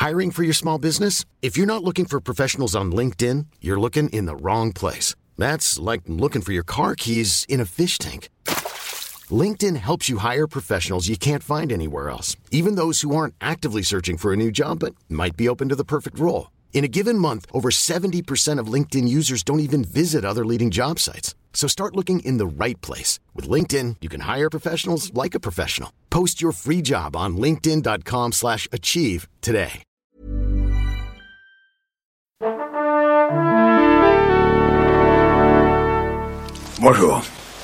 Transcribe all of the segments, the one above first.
Hiring for your small business? If you're not looking for professionals on LinkedIn, you're looking in the wrong place. That's like looking for your car keys in a fish tank. LinkedIn helps you hire professionals you can't find anywhere else, even those who aren't actively searching for a new job but might be open to the perfect role. In a given month, over 70% of LinkedIn users don't even visit other leading job sites. So start looking in the right place. With LinkedIn, you can hire professionals like a professional. Post your free job on linkedin.com/achieve today. Bonjour.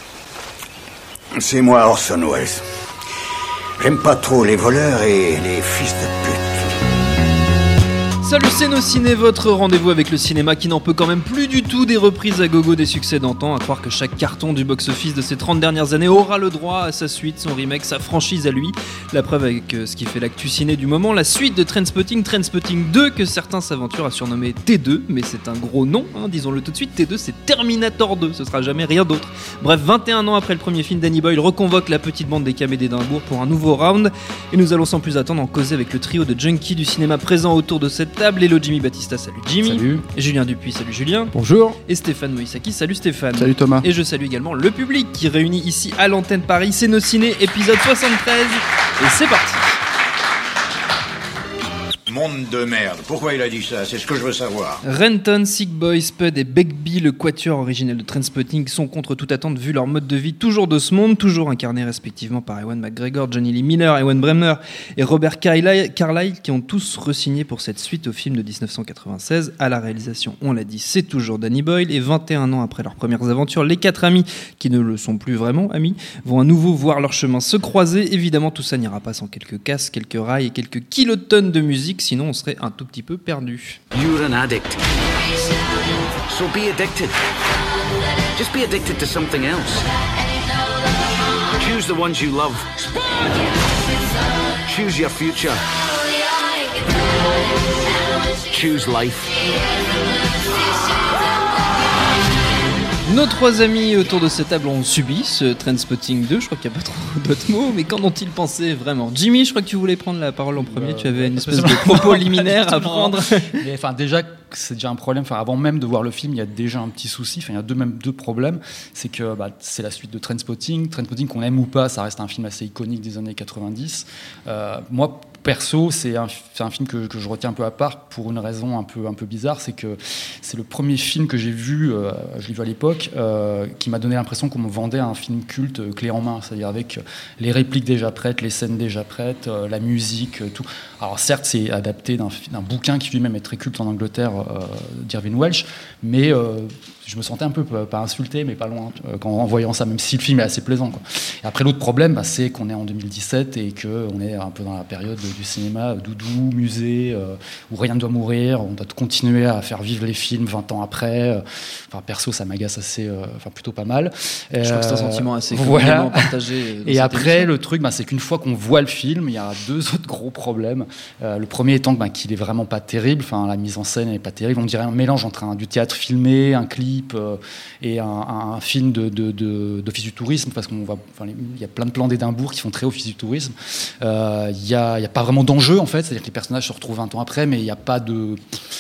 C'est moi Orson Welles. J'aime pas trop les voleurs et les fils de pute. Salut, c'est Nos Ciné, votre rendez-vous avec le cinéma qui n'en peut quand même plus du tout des reprises à gogo des succès d'antan, à croire que chaque carton du box-office de ces 30 dernières années aura le droit à sa suite, son remake, sa franchise à lui. La preuve avec ce qui fait l'actu ciné du moment, la suite de Trainspotting 2, que certains s'aventurent à surnommer T2, mais c'est un gros nom, disons-le tout de suite, T2 c'est Terminator 2, ce sera jamais rien d'autre. Bref, 21 ans après le premier film, Danny Boyle reconvoque la petite bande des Camés d'Édimbourg pour un nouveau round, et nous allons sans plus attendre en causer avec le trio de junkies du cinéma présent autour de cette table. Hello Jimmy Battista, salut Jimmy. Salut. Et Julien Dupuis, salut Julien. Bonjour. Et Stéphane Moïsaki, salut Stéphane. Salut Thomas. Et je salue également le public qui réunit ici à l'antenne Paris. C'est Nos Ciné, épisode 73. Et c'est parti. Monde de merde. Pourquoi il a dit ça? C'est ce que je veux savoir. Renton, Sick Boy, Spud et Begbie, le quatuor originel de Trainspotting, sont contre toute attente vu leur mode de vie toujours de ce monde, toujours incarnés respectivement par Ewan McGregor, Johnny Lee Miller, Ewan Bremner et Robert Carlyle, qui ont tous re-signé pour cette suite au film de 1996. À la réalisation, on l'a dit, c'est toujours Danny Boyle, et 21 ans après leurs premières aventures, les quatre amis, qui ne le sont plus vraiment amis, vont à nouveau voir leur chemin se croiser. Évidemment, tout ça n'ira pas sans quelques casses, quelques rails et quelques kilotonnes de musique, sinon on serait un tout petit peu perdu. You're an addict. So be addicted. Just be addicted to something else. Choose the ones you love. Choose your future. Choose life. Nos trois amis autour de cette table ont subi ce Trainspotting 2, je crois qu'il n'y a pas trop d'autres mots, mais qu'en ont-ils pensé vraiment? Jimmy, je crois que tu voulais prendre la parole en premier, tu avais une espèce de propos liminaire à prendre. Mais, déjà, c'est déjà un problème, avant même de voir le film, il y a déjà un petit souci, il y a deux problèmes, c'est que c'est la suite de Trainspotting, qu'on aime ou pas, ça reste un film assez iconique des années 90. Moi, perso, c'est un film que je retiens un peu à part pour une raison un peu bizarre, c'est que c'est le premier film que j'ai vu, je l'ai vu à l'époque, qui m'a donné l'impression qu'on me vendait un film culte clé en main, c'est-à-dire avec les répliques déjà prêtes, les scènes déjà prêtes, la musique, tout. Alors certes, c'est adapté d'un bouquin qui lui-même est très culte en Angleterre, d'Irving Welsh, mais je me sentais un peu, pas insulté, mais pas loin, en voyant ça, même si le film est assez plaisant, quoi. Et après, l'autre problème, c'est qu'on est en 2017 et qu'on est un peu dans la période du cinéma doudou, musée, où rien ne doit mourir, on doit continuer à faire vivre les films 20 ans après. Perso, ça m'agace plutôt pas mal. Je crois que c'est un sentiment assez communément partagé. Et après, le truc, c'est qu'une fois qu'on voit le film, il y a deux autres gros problèmes. Le premier étant qu'il est vraiment pas terrible, la mise en scène n'est pas terrible. On dirait un mélange entre du théâtre filmé, un clip, et un film d'office du tourisme, parce qu'on voit, il y a plein de plans d'Édimbourg qui font très office du tourisme. Il y a pas vraiment d'enjeu, en fait, c'est-à-dire que les personnages se retrouvent 20 ans après, mais il n'y a pas de...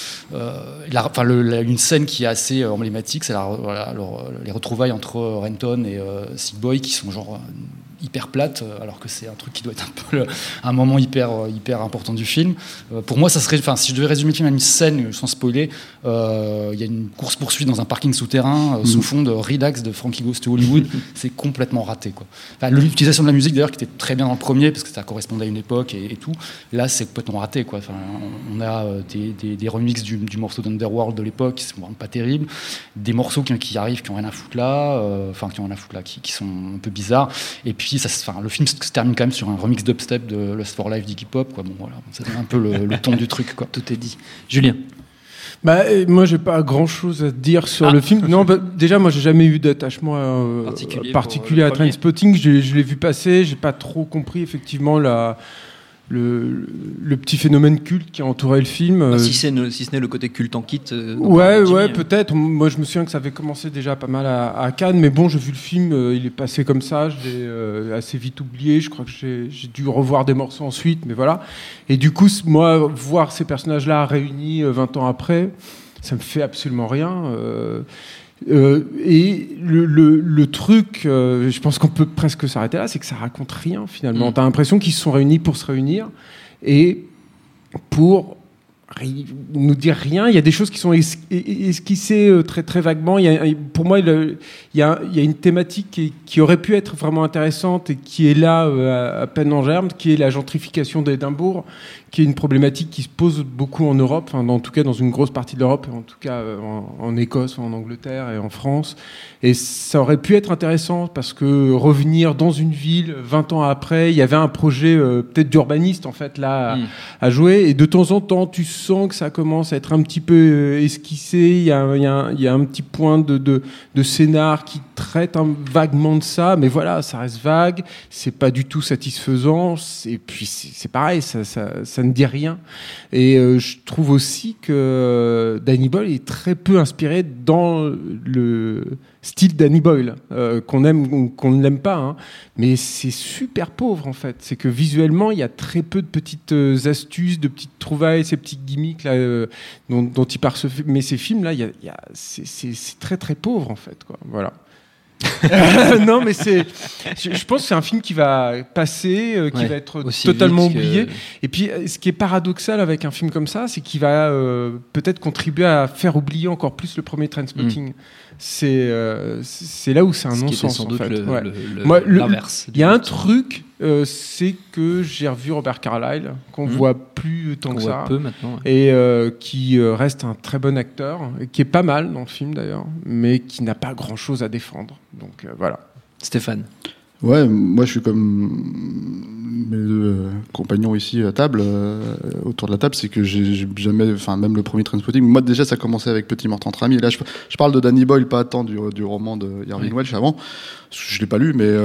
une scène qui est assez emblématique, c'est les retrouvailles entre Renton et Sick Boy, qui sont genre hyper plates, alors que c'est un truc qui doit être un peu un moment hyper important du film. Pour moi, ça serait, si je devais résumer le film à une scène sans spoiler, il y a une course-poursuite dans un parking souterrain sous fond de Redux de Frankie Goes to Hollywood. C'est complètement raté, quoi. L'utilisation de la musique d'ailleurs qui était très bien dans le premier parce que ça correspondait à une époque et tout. Là, c'est complètement raté, quoi. On a des remixes du morceau d'Underworld de l'époque qui sont vraiment pas terribles, des morceaux qui arrivent qui ont rien à foutre là, qui sont un peu bizarres. Et puis le film se termine quand même sur un remix dubstep de Lust for Life d'Iggy Pop, quoi. Bon, voilà, ça donne un peu le ton du truc, quoi. Tout est dit. Julien. Moi, j'ai pas grand-chose à dire sur le film. Non, déjà, moi, j'ai jamais eu d'attachement particulier à Trainspotting. Je l'ai vu passer, j'ai pas trop compris effectivement le petit phénomène culte qui a entouré le film. Si ce n'est le côté culte en kit. Ouais, peut-être. Moi, je me souviens que ça avait commencé déjà pas mal à Cannes, mais bon, j'ai vu le film, il est passé comme ça, je l'ai assez vite oublié. Je crois que j'ai dû revoir des morceaux ensuite, mais voilà. Et du coup, moi, voir ces personnages-là réunis 20 ans après, ça me fait absolument rien. Et le truc, je pense qu'on peut presque s'arrêter là, c'est que ça raconte rien finalement. T'as l'impression qu'ils se sont réunis pour se réunir et pour nous dire rien. Il y a des choses qui sont esquissées très très vaguement. Pour moi, il y a une thématique qui aurait pu être vraiment intéressante et qui est là à peine en germe, qui est la gentrification d'Édimbourg, qui est une problématique qui se pose beaucoup en Europe, en tout cas dans une grosse partie de l'Europe, en tout cas en Écosse, en Angleterre et en France. Et ça aurait pu être intéressant parce que revenir dans une ville 20 ans après, il y avait un projet peut-être d'urbaniste en fait là à jouer. Et de temps en temps, tu sens que ça commence à être un petit peu esquissé. Il y a un petit point de scénar qui traite vaguement de ça, mais voilà, ça reste vague. C'est pas du tout satisfaisant. Et puis c'est pareil, ça ne dit rien. Et je trouve aussi que Danny Boyle est très peu inspiré dans le style Danny Boyle, qu'on aime ou qu'on ne l'aime pas, hein. Mais c'est super pauvre en fait. C'est que visuellement, il y a très peu de petites astuces, de petites trouvailles, ces petits gimmicks là, dont il parsemait ces films là. C'est très très pauvre en fait, quoi. Voilà. Non, mais je pense que c'est un film qui va passer, qui va être totalement oublié. Et puis, ce qui est paradoxal avec un film comme ça, c'est qu'il va peut-être contribuer à faire oublier encore plus le premier Trainspotting. C'est là où c'est un non-sens, en fait. L'inverse. Il y a un truc, c'est que j'ai revu Robert Carlyle, qu'on voit plus tant que ça, peu maintenant, et qui reste un très bon acteur, qui est pas mal dans le film d'ailleurs, mais qui n'a pas grand-chose à défendre. Donc voilà. Stéphane. Ouais, moi je suis comme mes deux compagnons ici à table, autour de la table, c'est que j'ai jamais, enfin même le premier Trainspotting, moi déjà ça commençait avec Petit Meurtre entre amis. Et là je parle de Danny Boyle, pas tant du roman de Irving Welsh avant, je l'ai pas lu, mais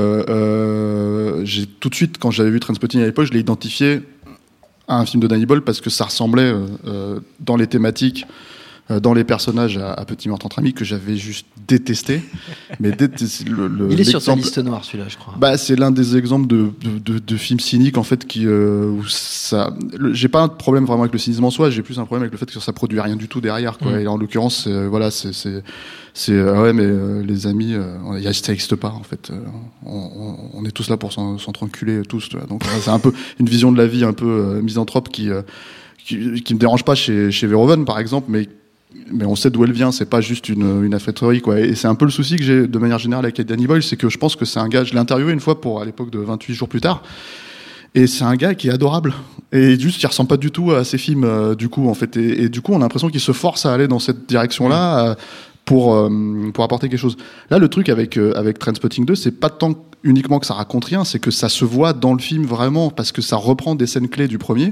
j'ai tout de suite, quand j'avais vu Trainspotting à l'époque, je l'ai identifié à un film de Danny Boyle parce que ça ressemblait dans les thématiques, dans les personnages à Petit Meurtre entre amis, que j'avais juste détesté. Mais il est sur sa liste noire, celui-là, je crois. Bah, c'est l'un des exemples de films cyniques, en fait, où ça. J'ai pas un problème vraiment avec le cynisme en soi, j'ai plus un problème avec le fait que ça produit rien du tout derrière, quoi. Et en l'occurrence, voilà, ouais, mais les amis, ça n'existe pas, en fait. On est tous là pour s'entreculer tous, tu vois. Donc, c'est un peu une vision de la vie un peu misanthrope qui me dérange pas chez Verhoeven, par exemple, mais on sait d'où elle vient, c'est pas juste une affaîtrerie, quoi. Et c'est un peu le souci que j'ai de manière générale avec Danny Boyle, c'est que je pense que c'est un gars, je l'ai interviewé une fois à l'époque de 28 jours plus tard, et c'est un gars qui est adorable. Et juste, il ressemble pas du tout à ses films, du coup, en fait. Et du coup, on a l'impression qu'il se force à aller dans cette direction-là, pour apporter quelque chose. Là, le truc avec Trainspotting 2, c'est pas tant uniquement que ça raconte rien, c'est que ça se voit dans le film vraiment, parce que ça reprend des scènes clés du premier.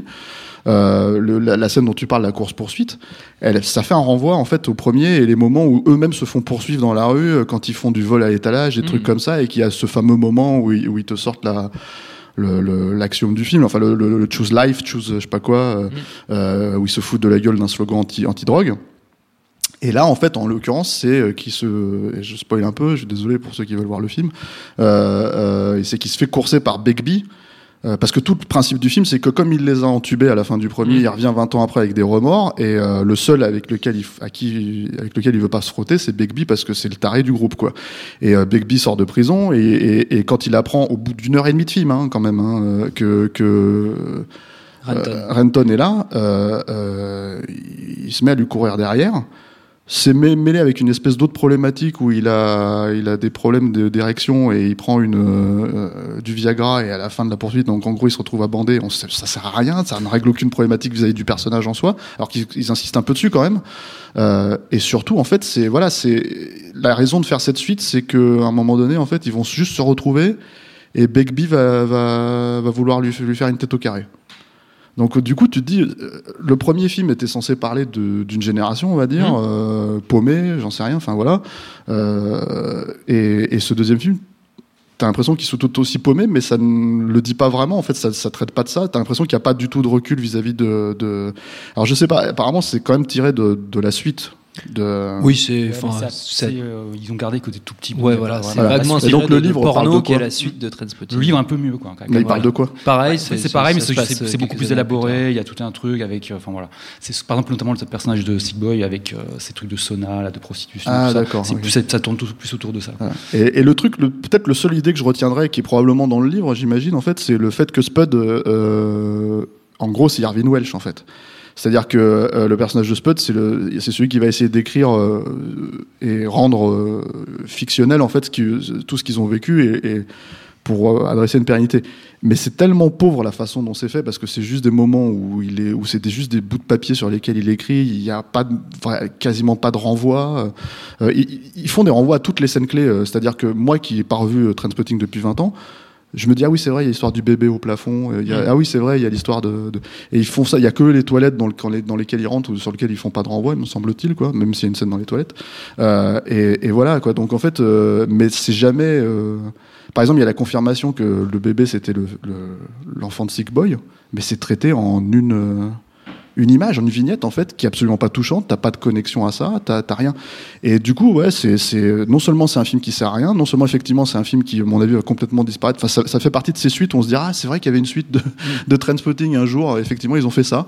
La scène dont tu parles, la course-poursuite, ça fait un renvoi en fait au premier et les moments où eux-mêmes se font poursuivre dans la rue quand ils font du vol à l'étalage, des trucs comme ça, et qu'il y a ce fameux moment où ils te sortent l'axiome du film, enfin le choose life, choose je sais pas quoi, où ils se foutent de la gueule d'un slogan anti-drogue. Et là, en fait, en l'occurrence, c'est je spoil un peu, je suis désolé pour ceux qui veulent voir le film, c'est qu'il se fait courser par Begbie. Parce que tout le principe du film, c'est que comme il les a entubés à la fin du premier, il revient 20 ans après avec des remords, et le seul avec lequel il veut pas se frotter, c'est Begbie, parce que c'est le taré du groupe, quoi. Et Begbie sort de prison, et quand il apprend au bout d'une heure et demie de film, quand même, que Renton est là, il se met à lui courir derrière. C'est mêlé avec une espèce d'autre problématique où il a des problèmes d'érection et il prend du Viagra, et à la fin de la poursuite, donc en gros il se retrouve abandé. Ça sert à rien, ça ne règle aucune problématique vis-à-vis du personnage en soi, alors qu'ils insistent un peu dessus quand même. Et surtout, en fait, c'est la raison de faire cette suite, c'est qu'à un moment donné, en fait, ils vont juste se retrouver et Begbie va vouloir lui faire une tête au carré. Donc du coup, tu te dis, le premier film était censé parler d'une génération, on va dire, paumée, j'en sais rien, enfin voilà. Et ce deuxième film t'as l'impression qu'ils sont tout aussi paumés, mais ça ne le dit pas vraiment. En fait, ça traite pas de ça. T'as l'impression qu'il n'y a pas du tout de recul vis-à-vis de... Alors, je sais pas, apparemment, c'est quand même tiré de la suite. Oui, c'est... ils ont gardé côté tout petit. Ouais, voilà, c'est voilà. vaguement Et donc, le livre parle porno de qui est quoi ? la suite de Trainspotting. Le livre un peu mieux, quoi. Mais il parle de quoi ? Pareil, c'est pareil, mais ça se passe c'est beaucoup quelques plus années élaboré. Il y a tout un truc avec... Enfin, voilà. C'est, par exemple, notamment le personnage de Sick Boy avec ces trucs de sauna, là, de prostitution, Ah, tout ça. d'accord. C'est Oui. plus, ça tourne tout plus autour de ça. Voilà. Et le truc, peut-être le seule idée que je retiendrai, qui est probablement dans le livre, j'imagine, en fait, c'est le fait que Spud, en gros, c'est Irving Welsh, en fait. C'est-à-dire que le personnage de Spud, c'est celui qui va essayer d'écrire et rendre fictionnel, en fait, tout ce qu'ils ont vécu et pour adresser une pérennité. Mais c'est tellement pauvre la façon dont c'est fait, parce que c'est juste des moments où c'est juste des bouts de papier sur lesquels il écrit, il n'y a quasiment pas de renvoi. Ils font des renvois à toutes les scènes clés, c'est-à-dire que moi qui n'ai pas revu Trainspotting depuis 20 ans, je me dis, ah oui, c'est vrai, il y a l'histoire du bébé au plafond. Ah oui, c'est vrai, il y a l'histoire et ils font ça, il y a que les toilettes dans lesquelles ils rentrent ou sur lesquelles ils font pas de renvoi, me semble-t-il, quoi, même s'il y a une scène dans les toilettes. Et voilà, quoi. Donc, en fait, mais c'est jamais, par exemple, il y a la confirmation que le bébé, c'était l'enfant de Sick Boy, mais c'est traité en une image, une vignette, en fait, qui est absolument pas touchante. T'as pas de connexion à ça, t'as rien. Et du coup, ouais, non seulement c'est un film qui sert à rien, non seulement effectivement c'est un film qui, à mon avis, va complètement disparaître. Enfin, ça fait partie de ces suites où on se dira, ah, c'est vrai qu'il y avait une suite de Trainspotting un jour. Effectivement, ils ont fait ça.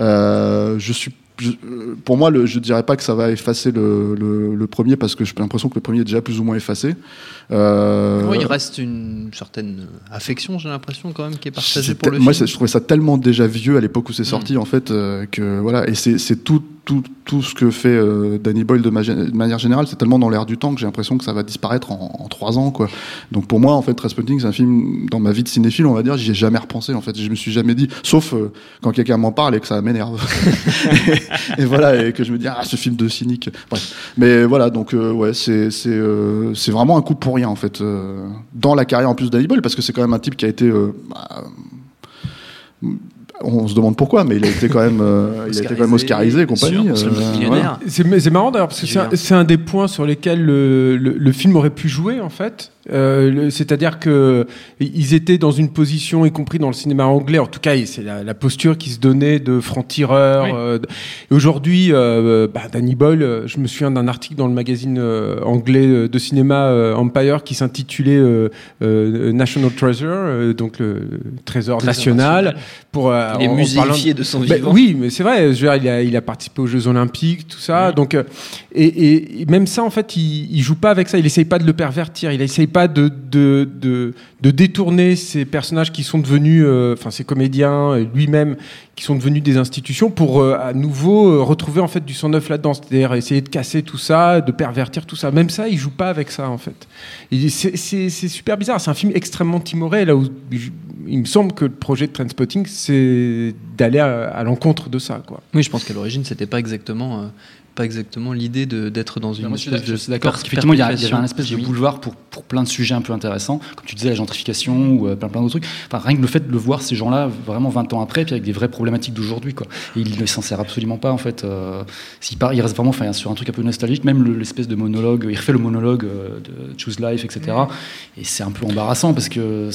Pour moi, je dirais pas que ça va effacer le premier, parce que j'ai l'impression que le premier est déjà plus ou moins effacé. Oui, il reste une certaine affection, j'ai l'impression, quand même, qui est partagée pour le film. Moi, je trouvais ça tellement déjà vieux à l'époque où c'est sorti, en fait, que voilà. Et c'est tout ce que fait Danny Boyle de manière générale, c'est tellement dans l'air du temps que j'ai l'impression que ça va disparaître en 3 ans, quoi. Donc pour moi, en fait, Trainspotting, c'est un film, dans ma vie de cinéphile, on va dire, j'y ai jamais repensé, en fait. Je me suis jamais dit, sauf quand quelqu'un m'en parle et que ça m'énerve. Et voilà, et que je me dis, ah, ce film de cynique. Bref. Mais voilà, donc ouais, c'est vraiment un coup pour rien, en fait, dans la carrière en plus de Danny Boyle, parce que c'est quand même un type qui a été on se demande pourquoi, mais il a été quand même, oscarisé et compagnie. Voilà. C'est marrant d'ailleurs, parce que c'est un des points sur lesquels le film aurait pu jouer, en fait. C'est-à-dire que ils étaient dans une position, y compris dans le cinéma anglais, en tout cas c'est la posture qui se donnait de franc-tireur. Oui. Et aujourd'hui, Danny Boyle, je me souviens d'un article dans le magazine anglais de cinéma Empire qui s'intitulait National Treasure, donc le trésor national. Il est muséifié de son vivant. Oui, mais c'est vrai. Je veux dire, il a participé aux Jeux Olympiques, tout ça. Oui. Donc, et même ça, en fait, il joue pas avec ça. Il essaye pas de le pervertir. Il essaye pas de détourner ces personnages qui sont devenus, ces comédiens, lui-même, qui sont devenus des institutions, pour à nouveau retrouver en fait du sang neuf là-dedans. C'est-à-dire essayer de casser tout ça, de pervertir tout ça. Même ça, il joue pas avec ça, en fait. Et c'est super bizarre. C'est un film extrêmement timoré, là où il me semble que le projet de Trainspotting, c'est d'aller à l'encontre de ça, quoi. Oui, je pense qu'à l'origine, c'était pas exactement l'idée d'être dans une espèce de... Je suis d'accord, parce qu'effectivement, il y avait un espèce de boulevard pour plein de sujets un peu intéressants. Comme tu disais, la gentrification ou plein d'autres trucs. Enfin, rien que le fait de le voir, ces gens-là, vraiment 20 ans après, puis avec des vraies problématiques d'aujourd'hui, quoi. Et il ne s'en sert absolument pas, en fait. Il reste vraiment sur un truc un peu nostalgique, même l'espèce de monologue. Il refait le monologue de Choose Life, etc. Et c'est un peu embarrassant, parce que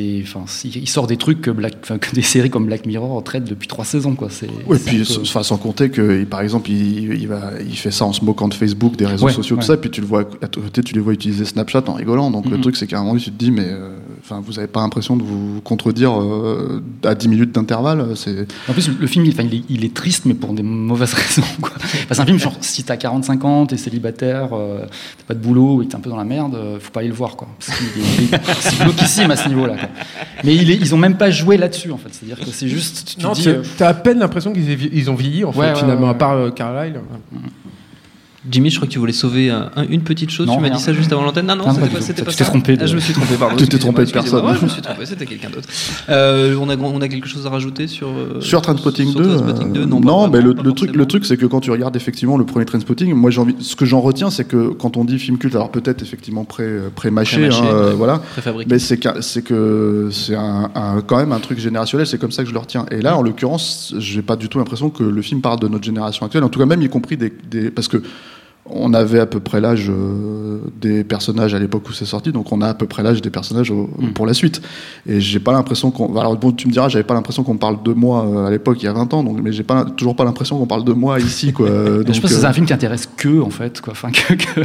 il sort des trucs que des séries comme Black Mirror traitent depuis 3 saisons, quoi. Oui, puis sans compter que, par exemple, il fait ça en se moquant de Facebook, des réseaux sociaux, tout ça, puis tu les vois utiliser Snapchat en rigolant. Donc le truc, c'est qu'à un moment, tu te dis, mais vous n'avez pas l'impression de vous contredire à 10 minutes d'intervalle. En plus, le film, il est triste, mais pour des mauvaises raisons, quoi. C'est un film, genre, si t'as 45 ans, t'es célibataire, t'as pas de boulot et t'es un peu dans la merde, faut pas aller le voir, quoi. C'est glauquissime à ce niveau-là, quoi. Mais ils ont même pas joué là-dessus, en fait. C'est-à-dire que c'est juste... T'as à peine l'impression qu'ils ont vieilli, en fait, finalement, à part Carlyle. Jimmy, je crois que tu voulais sauver une petite chose. Tu m'as dit ça juste avant l'antenne. Non, c'était pas ça. Tu t'es trompé. Je me suis trompé, pardon. Tu t'es trompé de personne. Ouais, je me suis trompé, c'était quelqu'un d'autre. On a quelque chose à rajouter sur Trainspotting 2. Non, mais le truc, c'est que quand tu regardes effectivement le premier Trainspotting, moi ce que j'en retiens, c'est que quand on dit film culte, alors peut-être effectivement pré-mâché, voilà, mais c'est que c'est quand même un truc générationnel. C'est comme ça que je le retiens. Et là, en l'occurrence, j'ai pas du tout l'impression que le film parle de notre génération actuelle. En tout cas, même y compris parce que on avait à peu près l'âge des personnages à l'époque où c'est sorti, donc on a à peu près l'âge des personnages pour la suite. Et j'ai pas l'impression qu'on... Alors bon, tu me diras, j'avais pas l'impression qu'on parle de moi à l'époque, il y a 20 ans, donc, mais j'ai toujours pas l'impression qu'on parle de moi ici, quoi. Donc, je pense que c'est un film qui intéresse en fait, quoi. Enfin,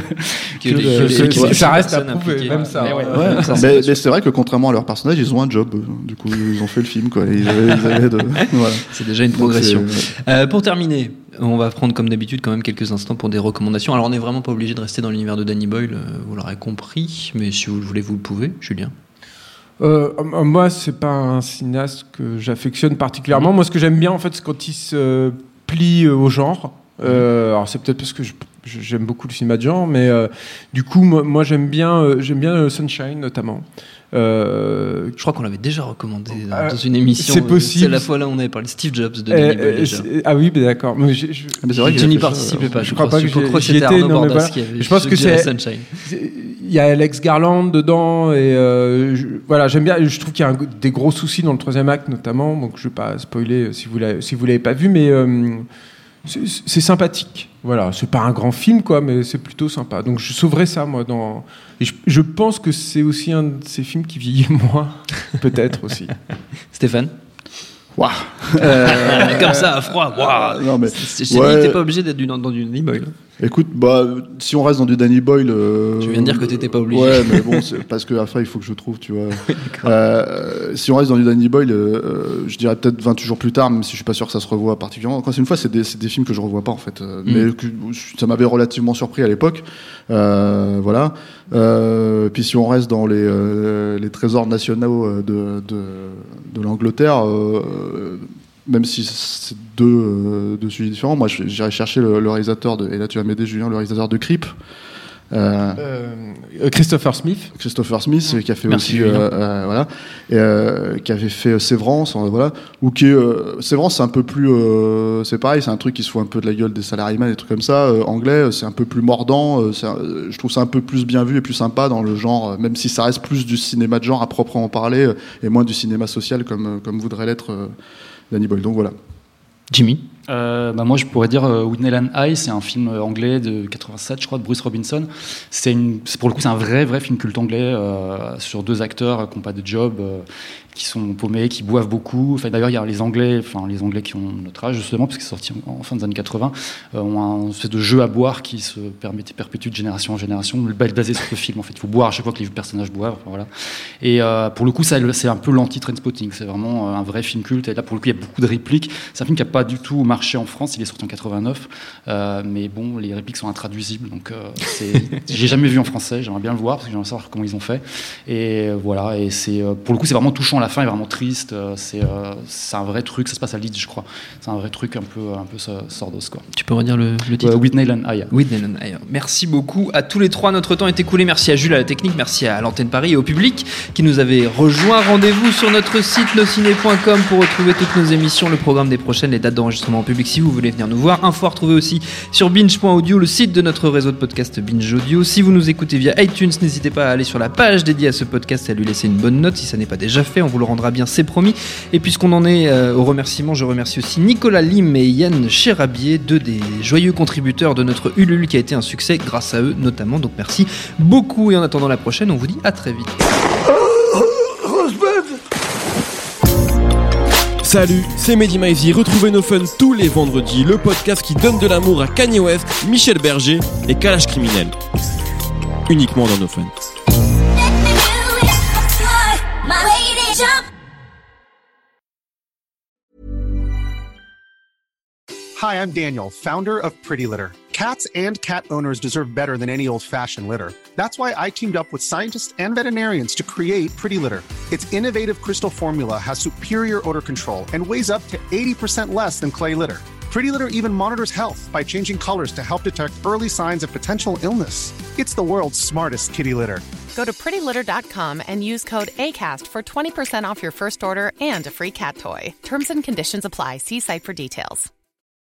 ça reste à prouver, même ça. Mais c'est vrai que contrairement à leurs personnages, ils ont un job. Du coup, ils ont fait le film, quoi. Voilà. C'est déjà une progression. Pour terminer, on va prendre comme d'habitude quand même quelques instants pour des recommandations. Alors on n'est vraiment pas obligé de rester dans l'univers de Danny Boyle, vous l'aurez compris, mais si vous le voulez, vous le pouvez. Julien. Moi, c'est pas un cinéaste que j'affectionne particulièrement. Moi, ce que j'aime bien, en fait, c'est quand il se plie au genre. Alors c'est peut-être parce que j'aime beaucoup le cinéma de genre, mais du coup, moi j'aime bien Sunshine notamment. Je crois qu'on l'avait déjà recommandé dans une émission. C'est possible. C'est la fois là où on avait parlé de Steve Jobs de Danny Boyle déjà. Ah oui, mais d'accord. Mais c'est vrai que je n'y participais pas. Je crois pas que j'y étais. Non, mais voilà. Je pense que c'est Sunshine. Il y a Alex Garland dedans et voilà, j'aime bien. Je trouve qu'il y a des gros soucis dans le troisième acte notamment. Donc je vais pas spoiler si vous l'avez pas vu, mais c'est sympathique. Voilà, c'est pas un grand film, quoi, mais c'est plutôt sympa. Donc je sauverais ça, moi, et je pense que c'est aussi un de ces films qui vieillit moins, peut-être aussi. Stéphane. Waouh. Comme ça, à froid. Waouh. Non mais t'es pas obligé d'être dans du Danny Boyle. Écoute, si on reste dans du Danny Boyle, tu viens de dire que t'étais pas obligé. Ouais, mais bon, c'est parce que après il faut que je trouve, tu vois. Si on reste dans du Danny Boyle, je dirais peut-être 28 jours plus tard, même si je suis pas sûr que ça se revoit particulièrement. Encore une fois, c'est des films que je revois pas en fait, mais ça m'avait relativement surpris à l'époque. Voilà. Puis si on reste dans les trésors nationaux de l'Angleterre. Même si c'est deux sujets différents, moi j'irais chercher le réalisateur et là tu vas m'aider Julien, le réalisateur de Creep. Christopher Smith, qui a fait aussi voilà, qui avait fait Sévrance, voilà, ou qui Sévrance c'est un peu plus c'est pareil, c'est un truc qui se fout un peu de la gueule des salaryman, des trucs comme ça, anglais, c'est un peu plus mordant, je trouve ça un peu plus bien vu et plus sympa dans le genre, même si ça reste plus du cinéma de genre à proprement parler et moins du cinéma social comme voudrait l'être Danny Boyle. Donc voilà. Jimmy. Moi je pourrais dire Whitney Land High, c'est un film anglais de 87 je crois, de Bruce Robinson. Pour le coup c'est un vrai film culte anglais sur deux acteurs qui n'ont pas de job, qui sont paumés, qui boivent beaucoup. Enfin, d'ailleurs il y a les Anglais qui ont notre âge justement, parce que c'est sorti en fin des années 80, ont un espèce de jeu à boire qui se perpétue de génération en génération, basé sur le film en fait. Il faut boire à chaque fois que les personnages boivent, enfin, voilà. Et pour le coup c'est un peu l'anti-Trainspotting, c'est vraiment un vrai film culte, et là pour le coup il y a beaucoup de répliques. C'est un film qui n'a pas du tout marché en France, il est sorti en 89, mais bon, les répliques sont intraduisibles, donc j'ai jamais vu en français, j'aimerais bien le voir parce que j'aimerais savoir comment ils ont fait. Et voilà, et pour le coup c'est vraiment touchant, la fin est vraiment triste, c'est un vrai truc, ça se passe à Leeds je crois, c'est un vrai truc un peu sordos quoi. Tu peux redire le titre? Whitney Land High. Merci beaucoup à tous les trois, notre temps est écoulé. Merci à Jules à la technique, merci à l'antenne Paris et au public qui nous avait rejoint. Rendez-vous sur notre site nosciné.com pour retrouver toutes nos émissions, le programme des prochaines, les dates d'enregistrement en public si vous voulez venir nous voir. Info à retrouver aussi sur binge.audio, le site de notre réseau de podcast Binge Audio. Si vous nous écoutez via iTunes, n'hésitez pas à aller sur la page dédiée à ce podcast et à lui laisser une bonne note si ça n'est pas déjà fait, on vous le rendra bien, c'est promis. Et puisqu'on en est au remerciement, je remercie aussi Nicolas Lim et Yann Cherabier, deux des joyeux contributeurs de notre Ulule qui a été un succès grâce à eux notamment, donc merci beaucoup. Et en attendant la prochaine, on vous dit à très vite. Salut, c'est Mehdi Maizy, retrouvez No Fun tous les vendredis, le podcast qui donne de l'amour à Kanye West, Michel Berger et Kalash Criminel. Uniquement dans No Fun. Hi, I'm Daniel, founder of Pretty Litter. Cats and cat owners deserve better than any old-fashioned litter. That's why I teamed up with scientists and veterinarians to create Pretty Litter. Its innovative crystal formula has superior odor control and weighs up to 80% less than clay litter. Pretty Litter even monitors health by changing colors to help detect early signs of potential illness. It's the world's smartest kitty litter. Go to prettylitter.com and use code ACAST for 20% off your first order and a free cat toy. Terms and conditions apply. See site for details.